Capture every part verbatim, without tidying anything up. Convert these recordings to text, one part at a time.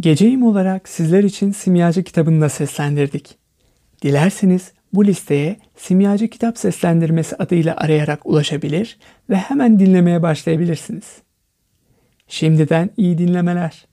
Geceyim olarak sizler için Simyacı kitabını da seslendirdik. Dilerseniz bu listeye Simyacı Kitap Seslendirmesi adıyla arayarak ulaşabilir ve hemen dinlemeye başlayabilirsiniz. Şimdiden iyi dinlemeler.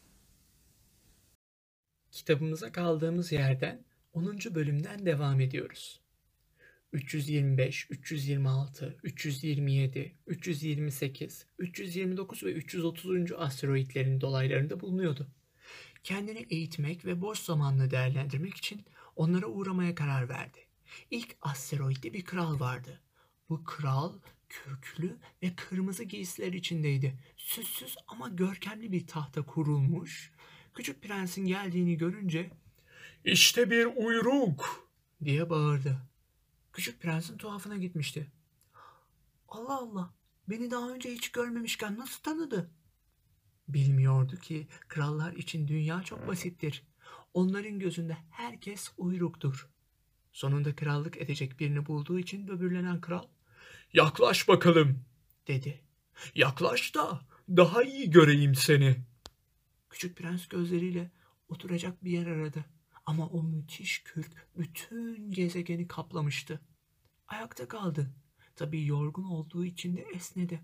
Kitabımıza kaldığımız yerden onuncu bölümden devam ediyoruz. üç yüz yirmi beş, üç yüz yirmi altı, üç yüz yirmi yedi, üç yüz yirmi sekiz, üç yüz yirmi dokuz ve üç yüz otuzuncu asteroidlerin dolaylarında bulunuyordu. Kendini eğitmek ve boş zamanını değerlendirmek için onlara uğramaya karar verdi. İlk asteroidde bir kral vardı. Bu kral kürklü ve kırmızı giysiler içindeydi. Süssüz ama görkemli bir tahta kurulmuş. Küçük prensin geldiğini görünce "İşte bir uyruk!" diye bağırdı. Küçük prensin tuhafına gitmişti. Allah Allah, beni daha önce hiç görmemişken nasıl tanıdı? Bilmiyordu ki krallar için dünya çok basittir. Onların gözünde herkes uyruktur. Sonunda krallık edecek birini bulduğu için böbürlenen kral, "Yaklaş bakalım," dedi. "Yaklaş da daha iyi göreyim seni." Küçük prens gözleriyle oturacak bir yer aradı. Ama o müthiş kürk bütün gezegeni kaplamıştı. Ayakta kaldı. Tabii yorgun olduğu için de esnedi.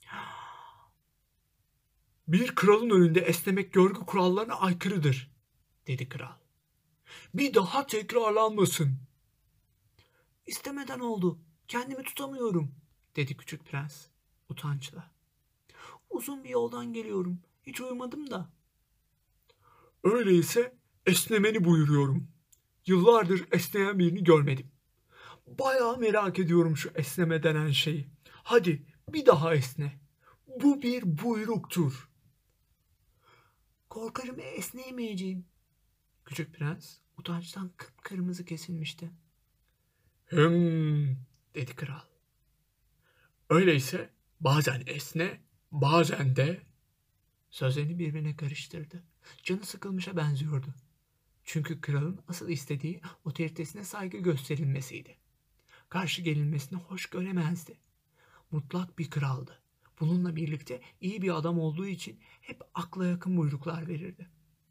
"Bir kralın önünde esnemek görgü kurallarına aykırıdır," dedi kral. "Bir daha tekrarlanmasın." "İstemeden oldu. Kendimi tutamıyorum," dedi küçük prens utançla. "Uzun bir yoldan geliyorum. Hiç uyumadım da." "Öyleyse esnemeni buyuruyorum. Yıllardır esneyen birini görmedim. Bayağı merak ediyorum şu esneme denen şeyi. Hadi bir daha esne. Bu bir buyruktur." "Korkarım esneyemeyeceğim." Küçük prens utançtan kıpkırmızı kesilmişti. "Hım," dedi kral. "Öyleyse bazen esne, bazen de..." Sözlerini birbirine karıştırdı. Canı sıkılmışa benziyordu. Çünkü kralın asıl istediği otoritesine saygı gösterilmesiydi. Karşı gelinmesini hoş göremezdi. Mutlak bir kraldı. Bununla birlikte iyi bir adam olduğu için hep akla yakın buyruklar verirdi.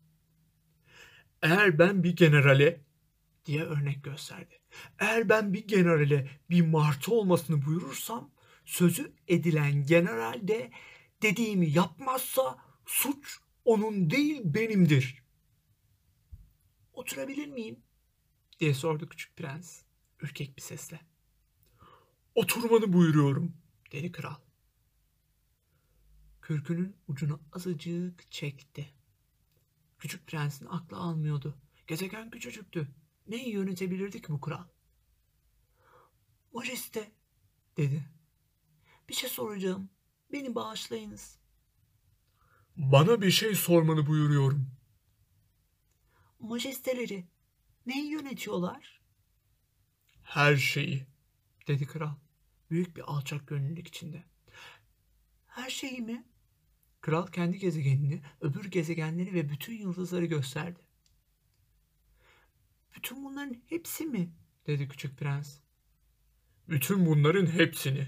"Eğer ben bir generale," diye örnek gösterdi. "Eğer ben bir generale bir martı olmasını buyurursam, sözü edilen general de dediğimi yapmazsa suç onun değil benimdir." "Oturabilir miyim?" diye sordu küçük prens ürkek bir sesle. "Oturmanı buyuruyorum," dedi kral. Kürkünün ucunu azıcık çekti. Küçük prensin aklı almıyordu. Gezegen küçücüktü. Neyi yönetebilirdi ki bu kral? "Majeste," dedi. "Bir şey soracağım. Beni bağışlayınız." "Bana bir şey sormanı buyuruyorum." "Majesteleri neyi yönetiyorlar?" "Her şeyi," dedi kral büyük bir alçak gönüllülük içinde. "Her şeyi mi?" Kral kendi gezegenini, öbür gezegenleri ve bütün yıldızları gösterdi. "Bütün bunların hepsi mi?" dedi küçük prens. "Bütün bunların hepsini."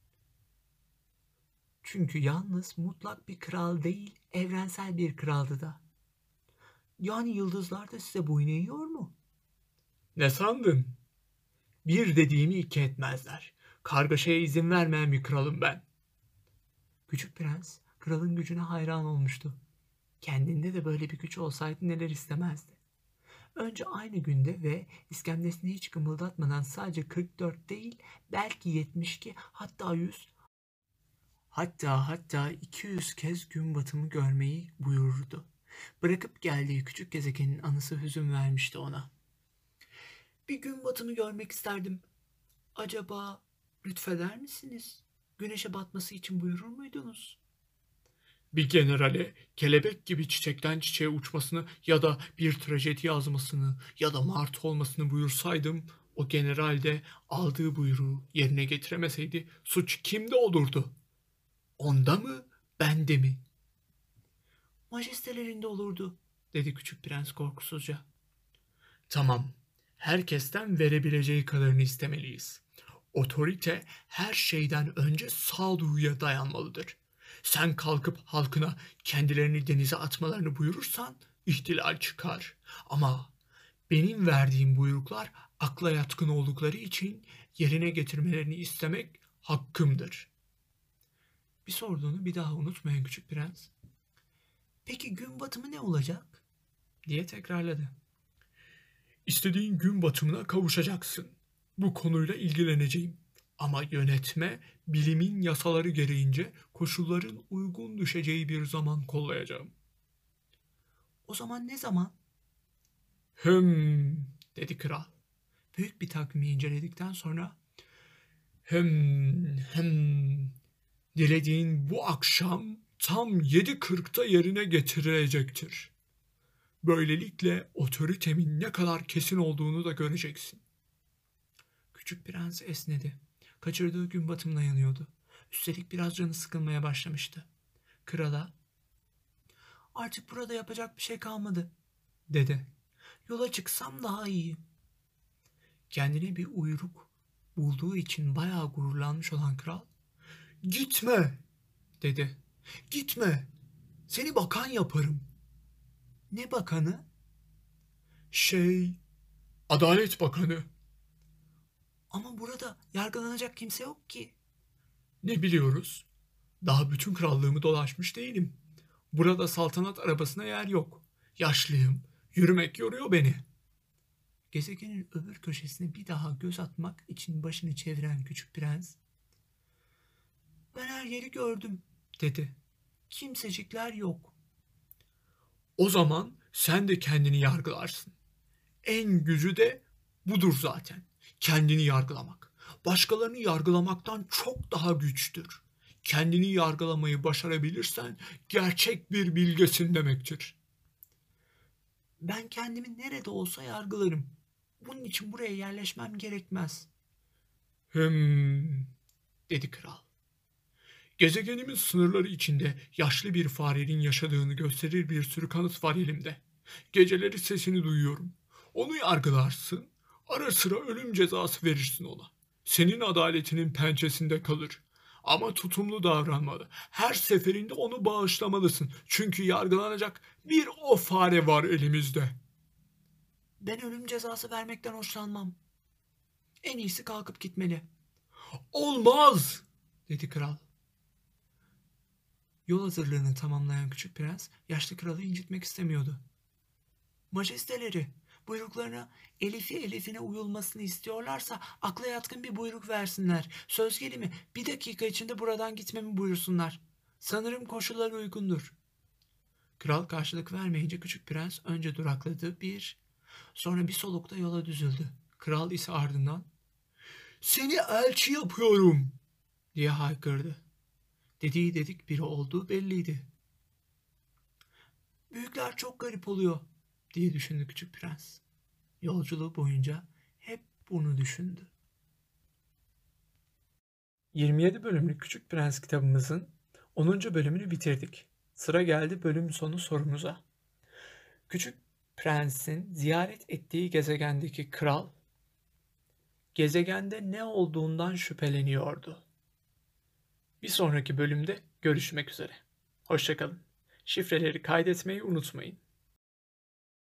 Çünkü yalnız mutlak bir kral değil, evrensel bir kraldı da. "Yani yıldızlar da size boyun eğiyor mu?" "Ne sandın? Bir dediğimi iki etmezler. Kargaşaya izin vermeyen bir kralım ben." Küçük prens kralın gücüne hayran olmuştu. Kendinde de böyle bir güç olsaydı neler istemezdi. Önce aynı günde ve iskemlesini hiç kımıldatmadan sadece kırk dört değil, belki yetmiş iki, hatta yüz, hatta hatta iki yüz kez gün batımı görmeyi buyururdu. Bırakıp geldiği küçük gezegenin anısı hüzün vermişti ona. "Bir gün batımı görmek isterdim. Acaba lütfeder misiniz? Güneşe batması için buyurur muydunuz?" "Bir generale kelebek gibi çiçekten çiçeğe uçmasını ya da bir trajedi yazmasını ya da martı olmasını buyursaydım, o general de aldığı buyruğu yerine getiremeseydi suç kimde olurdu? Onda mı, bende mi?" "Majestelerinde olurdu," dedi küçük prens korkusuzca. "Tamam, herkesten verebileceği kadarını istemeliyiz. Otorite her şeyden önce sağduyuya dayanmalıdır. Sen kalkıp halkına kendilerini denize atmalarını buyurursan ihtilal çıkar. Ama benim verdiğim buyruklar akla yatkın oldukları için yerine getirmelerini istemek hakkımdır. Bir sorduğunu bir daha unutmayan Küçük Prens, "Peki gün batımı ne olacak?" diye tekrarladı. "İstediğin gün batımına kavuşacaksın. Bu konuyla ilgileneceğim. Ama yönetme, bilimin yasaları gereğince koşulların uygun düşeceği bir zaman kollayacağım." "O zaman ne zaman?" "Hım," dedi kral. Büyük bir takvimi inceledikten sonra, "Hım, hım, dilediğin bu akşam tam yedi kırkta yerine getirilecektir. Böylelikle otoritemin ne kadar kesin olduğunu da göreceksin." Küçük Prens esnedi. Kaçırdığı gün batımına yanıyordu. Üstelik biraz canı sıkılmaya başlamıştı. Krala, "Artık burada yapacak bir şey kalmadı," dedi. "Yola çıksam daha iyi." Kendine bir uyruk bulduğu için bayağı gururlanmış olan kral, "Gitme," dedi. "Gitme. Seni bakan yaparım." "Ne bakanı?" "Şey, Adalet Bakanı." "Ama burada yargılanacak kimse yok ki." "Ne biliyoruz? Daha bütün krallığımı dolaşmış değilim. Burada saltanat arabasına yer yok. Yaşlıyım. Yürümek yoruyor beni." Gezegenin öbür köşesine bir daha göz atmak için başını çeviren Küçük Prens, "Ben her yeri gördüm," dedi. "Kimsecikler yok." "O zaman sen de kendini yargılarsın. En gücü de budur zaten. Kendini yargılamak. Başkalarını yargılamaktan çok daha güçtür. Kendini yargılamayı başarabilirsen gerçek bir bilgesin demektir." "Ben kendimi nerede olsa yargılarım. Bunun için buraya yerleşmem gerekmez." "Hım," dedi kral. "Gezegenimin sınırları içinde yaşlı bir farenin yaşadığını gösterir bir sürü kanıt var elimde. Geceleri sesini duyuyorum. Onu yargılarsın, ara sıra ölüm cezası verirsin ona. Senin adaletinin pençesinde kalır. Ama tutumlu davranmalı. Her seferinde onu bağışlamalısın. Çünkü yargılanacak bir o fare var elimizde." "Ben ölüm cezası vermekten hoşlanmam. En iyisi kalkıp gitmeli." "Olmaz," dedi kral. Yol hazırlığını tamamlayan Küçük Prens yaşlı kralı incitmek istemiyordu. "Majesteleri, buyruklarına elifi elifine uyulmasını istiyorlarsa akla yatkın bir buyruk versinler. Söz gelimi bir dakika içinde buradan gitmemi buyursunlar. Sanırım koşullar uygundur." Kral karşılık vermeyince Küçük Prens önce durakladı bir, sonra bir solukta yola düzüldü. Kral ise ardından, "Seni elçi yapıyorum," diye haykırdı. Dediği dedik biri olduğu belliydi. "Büyükler çok garip oluyor," diye düşündü Küçük Prens. Yolculuğu boyunca hep bunu düşündü. yirmi yedi bölümlük Küçük Prens kitabımızın onuncu bölümünü bitirdik. Sıra geldi bölüm sonu sorumuza. Küçük Prens'in ziyaret ettiği gezegendeki kral, gezegende ne olduğundan şüpheleniyordu. Bir sonraki bölümde görüşmek üzere. Hoşça kalın. Şifreleri kaydetmeyi unutmayın.